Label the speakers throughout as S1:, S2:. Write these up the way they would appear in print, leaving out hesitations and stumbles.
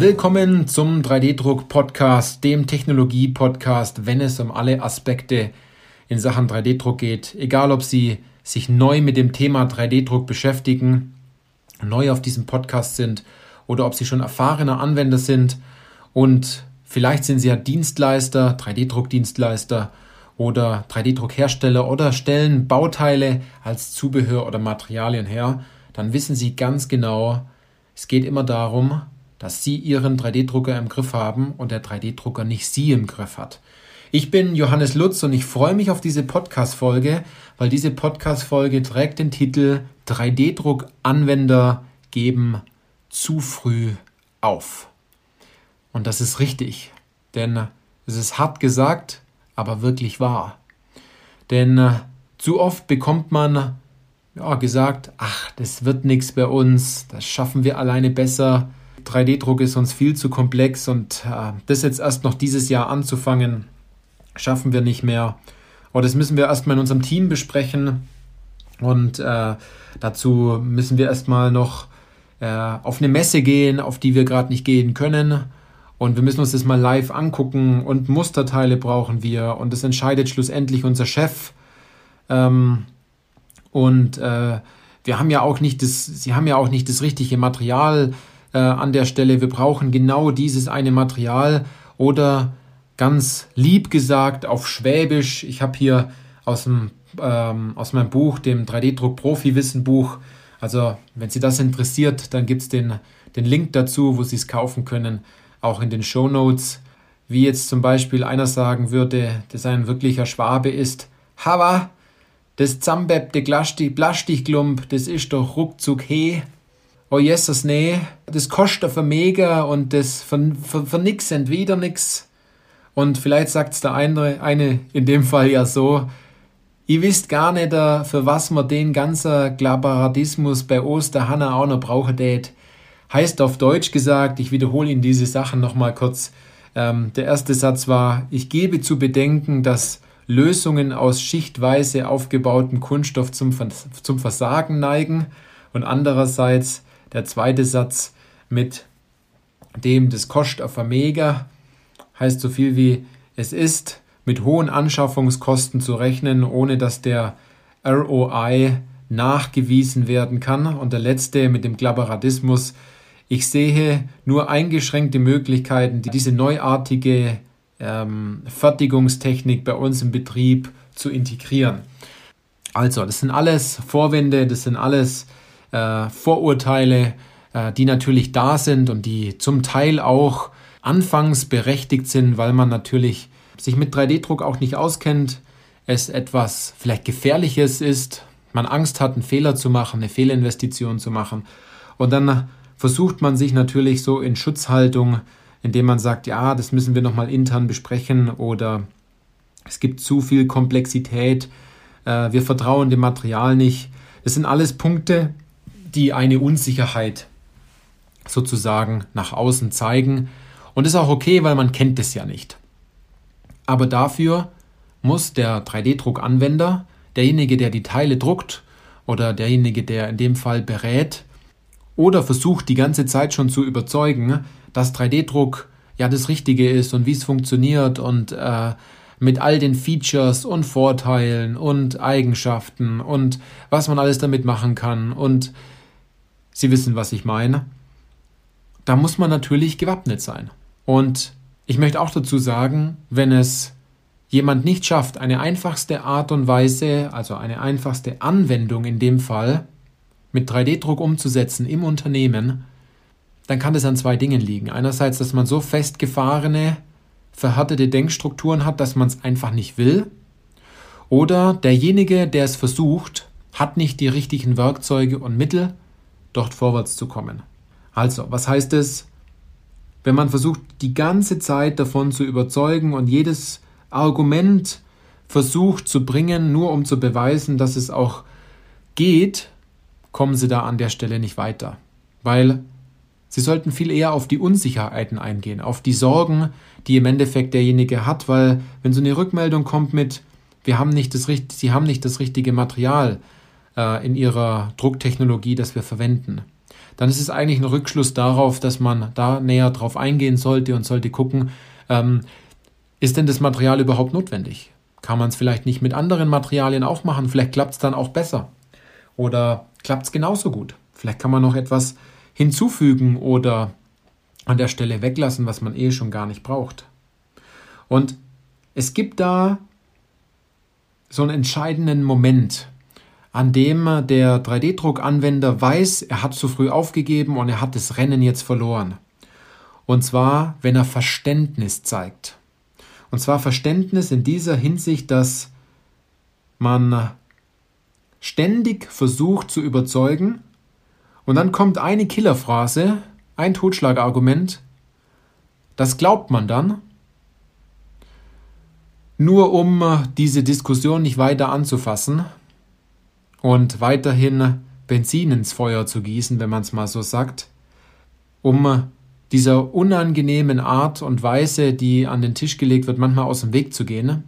S1: Willkommen zum 3D-Druck-Podcast, dem Technologie-Podcast, wenn es um alle Aspekte in Sachen 3D-Druck geht. Egal, ob Sie sich neu mit dem Thema 3D-Druck beschäftigen, neu auf diesem Podcast sind oder ob Sie schon erfahrener Anwender sind und vielleicht sind Sie ja Dienstleister, 3D-Druck-Dienstleister oder 3D-Druck-Hersteller oder stellen Bauteile als Zubehör oder Materialien her, dann wissen Sie ganz genau, es geht immer darum, dass Sie Ihren 3D-Drucker im Griff haben und der 3D-Drucker nicht Sie im Griff hat. Ich bin Johannes Lutz und ich freue mich auf diese Podcast-Folge, weil diese Podcast-Folge trägt den Titel 3D-Druck-Anwender geben zu früh auf. Und das ist richtig, denn es ist hart gesagt, aber wirklich wahr. Denn zu oft bekommt man gesagt, das wird nichts bei uns, das schaffen wir alleine besser. 3D-Druck ist uns viel zu komplex und das jetzt erst noch dieses Jahr anzufangen, schaffen wir nicht mehr. Oder das müssen wir erstmal in unserem Team besprechen und dazu müssen wir erstmal noch auf eine Messe gehen, auf die wir gerade nicht gehen können. Und wir müssen uns das mal live angucken und Musterteile brauchen wir und das entscheidet schlussendlich unser Chef. Wir haben ja auch nicht Sie haben ja auch nicht das richtige Material an der Stelle. Wir brauchen genau dieses eine Material oder ganz lieb gesagt auf Schwäbisch. Ich habe hier aus meinem Buch, dem 3D-Druck-Profi-Wissen-Buch, also wenn Sie das interessiert, dann gibt es den Link dazu, wo Sie es kaufen können, auch in den Shownotes. Wie jetzt zum Beispiel einer sagen würde, dass ein wirklicher Schwabe ist, Hava, das zusammenbebte Plastikklump, das ist doch ruckzuck he. Oh Jesus, nee, das kostet für mega und das für nix und wieder nix. Und vielleicht sagt es der eine in dem Fall ja so, ich wisst gar nicht, für was man den ganzen Glabaradismus bei Osterhanna auch noch brauchen tät. Heißt auf Deutsch gesagt, ich wiederhole Ihnen diese Sachen nochmal kurz. Der erste Satz war, ich gebe zu bedenken, dass Lösungen aus schichtweise aufgebautem Kunststoff zum Versagen neigen. Und andererseits der zweite Satz mit dem, das kostet auf mega, heißt so viel wie, es ist mit hohen Anschaffungskosten zu rechnen, ohne dass der ROI nachgewiesen werden kann. Und der letzte mit dem Glabaradismus, ich sehe nur eingeschränkte Möglichkeiten, diese neuartige Fertigungstechnik bei uns im Betrieb zu integrieren. Also, das sind alles Vorwände, das sind alles Vorurteile, die natürlich da sind und die zum Teil auch anfangs berechtigt sind, weil man natürlich sich mit 3D-Druck auch nicht auskennt, es etwas vielleicht Gefährliches ist, man Angst hat, einen Fehler zu machen, eine Fehlinvestition zu machen und dann versucht man sich natürlich so in Schutzhaltung, indem man sagt, ja, das müssen wir nochmal intern besprechen oder es gibt zu viel Komplexität, wir vertrauen dem Material nicht. Das sind alles Punkte, die eine Unsicherheit sozusagen nach außen zeigen. Und das ist auch okay, weil man kennt es ja nicht. Aber dafür muss der 3D-Druck-Anwender, derjenige, der die Teile druckt oder derjenige, der in dem Fall berät oder versucht, die ganze Zeit schon zu überzeugen, dass 3D-Druck ja das Richtige ist und wie es funktioniert und mit all den Features und Vorteilen und Eigenschaften und was man alles damit machen kann und Sie wissen, was ich meine. Da muss man natürlich gewappnet sein. Und ich möchte auch dazu sagen, wenn es jemand nicht schafft, eine einfachste Art und Weise, also eine einfachste Anwendung in dem Fall, mit 3D-Druck umzusetzen im Unternehmen, dann kann das an zwei Dingen liegen. Einerseits, dass man so festgefahrene, verhärtete Denkstrukturen hat, dass man es einfach nicht will. Oder derjenige, der es versucht, hat nicht die richtigen Werkzeuge und Mittel, dort vorwärts zu kommen. Also, was heißt es, wenn man versucht, die ganze Zeit davon zu überzeugen und jedes Argument versucht zu bringen, nur um zu beweisen, dass es auch geht, kommen Sie da an der Stelle nicht weiter. Weil Sie sollten viel eher auf die Unsicherheiten eingehen, auf die Sorgen, die im Endeffekt derjenige hat, weil wenn so eine Rückmeldung kommt mit, Sie haben nicht das richtige Material in Ihrer Drucktechnologie, das wir verwenden, dann ist es eigentlich ein Rückschluss darauf, dass man da näher drauf eingehen sollte und sollte gucken, ist denn das Material überhaupt notwendig? Kann man es vielleicht nicht mit anderen Materialien auch machen? Vielleicht klappt es dann auch besser. Oder klappt es genauso gut? Vielleicht kann man noch etwas hinzufügen oder an der Stelle weglassen, was man schon gar nicht braucht. Und es gibt da so einen entscheidenden Moment, an dem der 3D-Druckanwender weiß, er hat zu früh aufgegeben und er hat das Rennen jetzt verloren. Und zwar, wenn er Verständnis zeigt. Und zwar Verständnis in dieser Hinsicht, dass man ständig versucht zu überzeugen und dann kommt eine Killerphrase, ein Totschlagargument, das glaubt man dann, nur um diese Diskussion nicht weiter anzufassen und weiterhin Benzin ins Feuer zu gießen, wenn man es mal so sagt, um dieser unangenehmen Art und Weise, die an den Tisch gelegt wird, manchmal aus dem Weg zu gehen.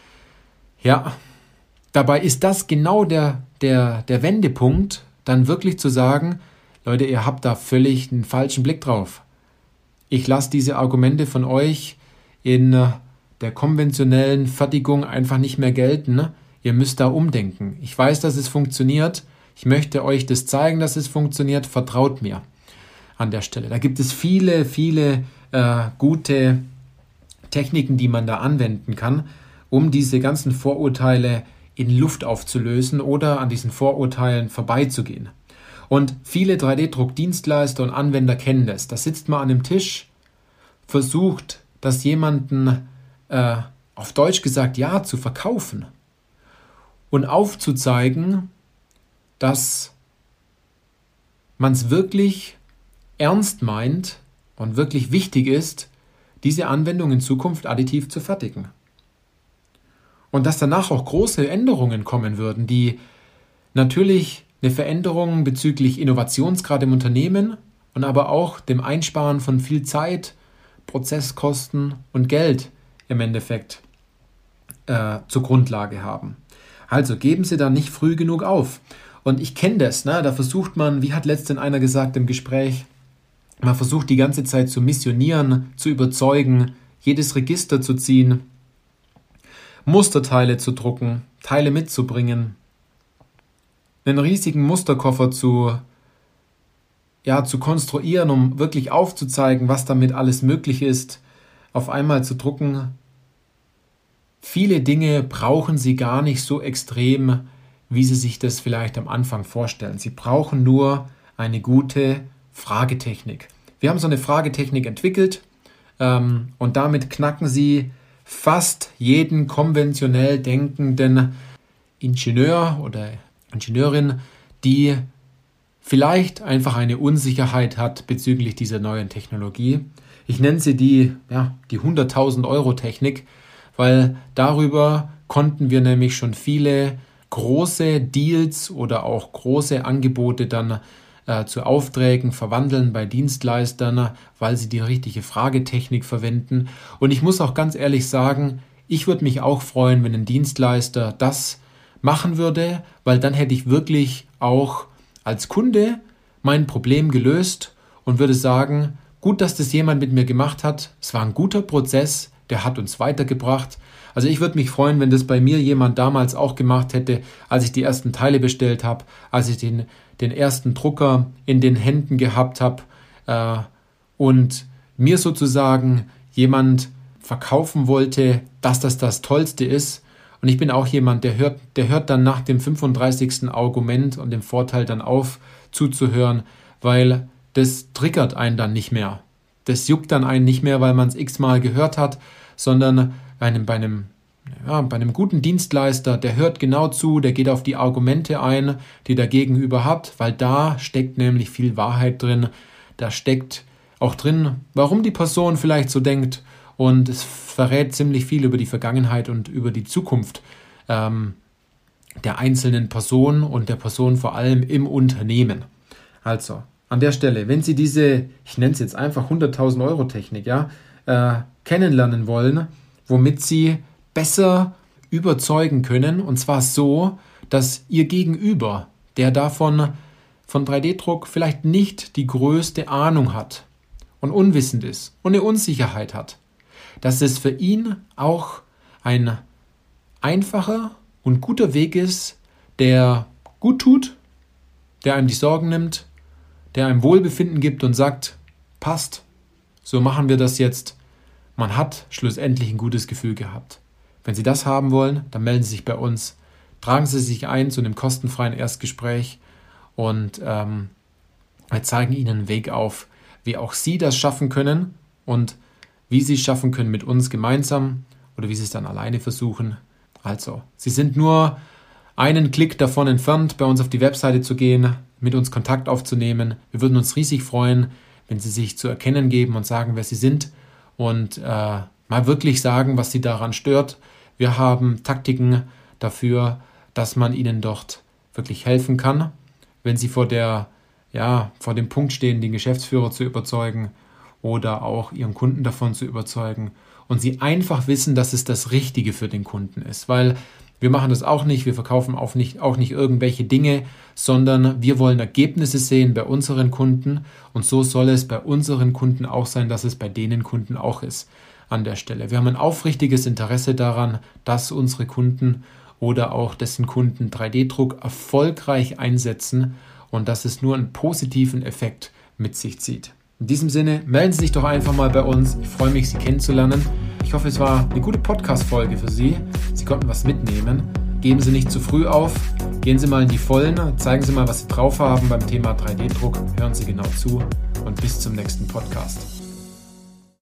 S1: Ja, dabei ist das genau der Wendepunkt, dann wirklich zu sagen, Leute, ihr habt da völlig einen falschen Blick drauf. Ich lasse diese Argumente von euch in der konventionellen Fertigung einfach nicht mehr gelten. Ihr müsst da umdenken. Ich weiß, dass es funktioniert. Ich möchte euch das zeigen, dass es funktioniert. Vertraut mir an der Stelle. Da gibt es viele, viele gute Techniken, die man da anwenden kann, um diese ganzen Vorurteile in Luft aufzulösen oder an diesen Vorurteilen vorbeizugehen. Und viele 3D-Druckdienstleister und Anwender kennen das. Da sitzt man an einem Tisch, versucht, das jemanden auf Deutsch gesagt, ja, zu verkaufen und aufzuzeigen, dass man es wirklich ernst meint und wirklich wichtig ist, diese Anwendung in Zukunft additiv zu fertigen. Und dass danach auch große Änderungen kommen würden, die natürlich eine Veränderung bezüglich Innovationsgrad im Unternehmen und aber auch dem Einsparen von viel Zeit, Prozesskosten und Geld im Endeffekt zur Grundlage haben. Also geben Sie da nicht früh genug auf. Und ich kenne das, ne? Da versucht man, wie hat letztens einer gesagt im Gespräch, man versucht die ganze Zeit zu missionieren, zu überzeugen, jedes Register zu ziehen, Musterteile zu drucken, Teile mitzubringen, einen riesigen Musterkoffer zu konstruieren, um wirklich aufzuzeigen, was damit alles möglich ist, auf einmal zu drucken. Viele Dinge brauchen Sie gar nicht so extrem, wie Sie sich das vielleicht am Anfang vorstellen. Sie brauchen nur eine gute Fragetechnik. Wir haben so eine Fragetechnik entwickelt und damit knacken Sie fast jeden konventionell denkenden Ingenieur oder Ingenieurin, die vielleicht einfach eine Unsicherheit hat bezüglich dieser neuen Technologie. Ich nenne sie die 100.000 Euro Technik, weil darüber konnten wir nämlich schon viele große Deals oder auch große Angebote dann zu Aufträgen verwandeln bei Dienstleistern, weil sie die richtige Fragetechnik verwenden. Und ich muss auch ganz ehrlich sagen, ich würde mich auch freuen, wenn ein Dienstleister das machen würde, weil dann hätte ich wirklich auch als Kunde mein Problem gelöst und würde sagen, gut, dass das jemand mit mir gemacht hat. Es war ein guter Prozess, der hat uns weitergebracht. Also ich würde mich freuen, wenn das bei mir jemand damals auch gemacht hätte, als ich die ersten Teile bestellt habe, als ich den ersten Drucker in den Händen gehabt habe und mir sozusagen jemand verkaufen wollte, dass das Tollste ist. Und ich bin auch jemand, der hört dann nach dem 35. Argument und dem Vorteil dann auf, zuzuhören, weil das triggert einen dann nicht mehr. Das juckt dann einen nicht mehr, weil man es x-mal gehört hat, sondern bei einem guten Dienstleister, der hört genau zu, der geht auf die Argumente ein, die der Gegenüber hat, weil da steckt nämlich viel Wahrheit drin. Da steckt auch drin, warum die Person vielleicht so denkt, und es verrät ziemlich viel über die Vergangenheit und über die Zukunft der einzelnen Person und der Person vor allem im Unternehmen. Also, an der Stelle, wenn Sie diese, ich nenne es jetzt einfach 100.000 Euro Technik, kennenlernen wollen, womit Sie besser überzeugen können, und zwar so, dass Ihr Gegenüber, der von von 3D-Druck vielleicht nicht die größte Ahnung hat und unwissend ist und eine Unsicherheit hat, dass es für ihn auch ein einfacher und guter Weg ist, der gut tut, der einem die Sorgen nimmt, der einem Wohlbefinden gibt und sagt, passt, so machen wir das jetzt. Man hat schlussendlich ein gutes Gefühl gehabt. Wenn Sie das haben wollen, dann melden Sie sich bei uns, tragen Sie sich ein zu einem kostenfreien Erstgespräch und wir zeigen Ihnen einen Weg auf, wie auch Sie das schaffen können und wie Sie es schaffen können mit uns gemeinsam oder wie Sie es dann alleine versuchen. Also, Sie sind nur einen Klick davon entfernt, bei uns auf die Webseite zu gehen, mit uns Kontakt aufzunehmen. Wir würden uns riesig freuen, wenn Sie sich zu erkennen geben und sagen, wer Sie sind und mal wirklich sagen, was Sie daran stört. Wir haben Taktiken dafür, dass man Ihnen dort wirklich helfen kann, wenn Sie vor dem Punkt stehen, den Geschäftsführer zu überzeugen oder auch Ihren Kunden davon zu überzeugen und Sie einfach wissen, dass es das Richtige für den Kunden ist, weil wir machen das auch nicht, wir verkaufen auch nicht irgendwelche Dinge, sondern wir wollen Ergebnisse sehen bei unseren Kunden und so soll es bei unseren Kunden auch sein, dass es bei denen Kunden auch ist an der Stelle. Wir haben ein aufrichtiges Interesse daran, dass unsere Kunden oder auch dessen Kunden 3D-Druck erfolgreich einsetzen und dass es nur einen positiven Effekt mit sich zieht. In diesem Sinne, melden Sie sich doch einfach mal bei uns. Ich freue mich, Sie kennenzulernen. Ich hoffe, es war eine gute Podcast-Folge für Sie. Sie konnten was mitnehmen. Geben Sie nicht zu früh auf. Gehen Sie mal in die Vollen. Zeigen Sie mal, was Sie drauf haben beim Thema 3D-Druck. Hören Sie genau zu und bis zum nächsten Podcast.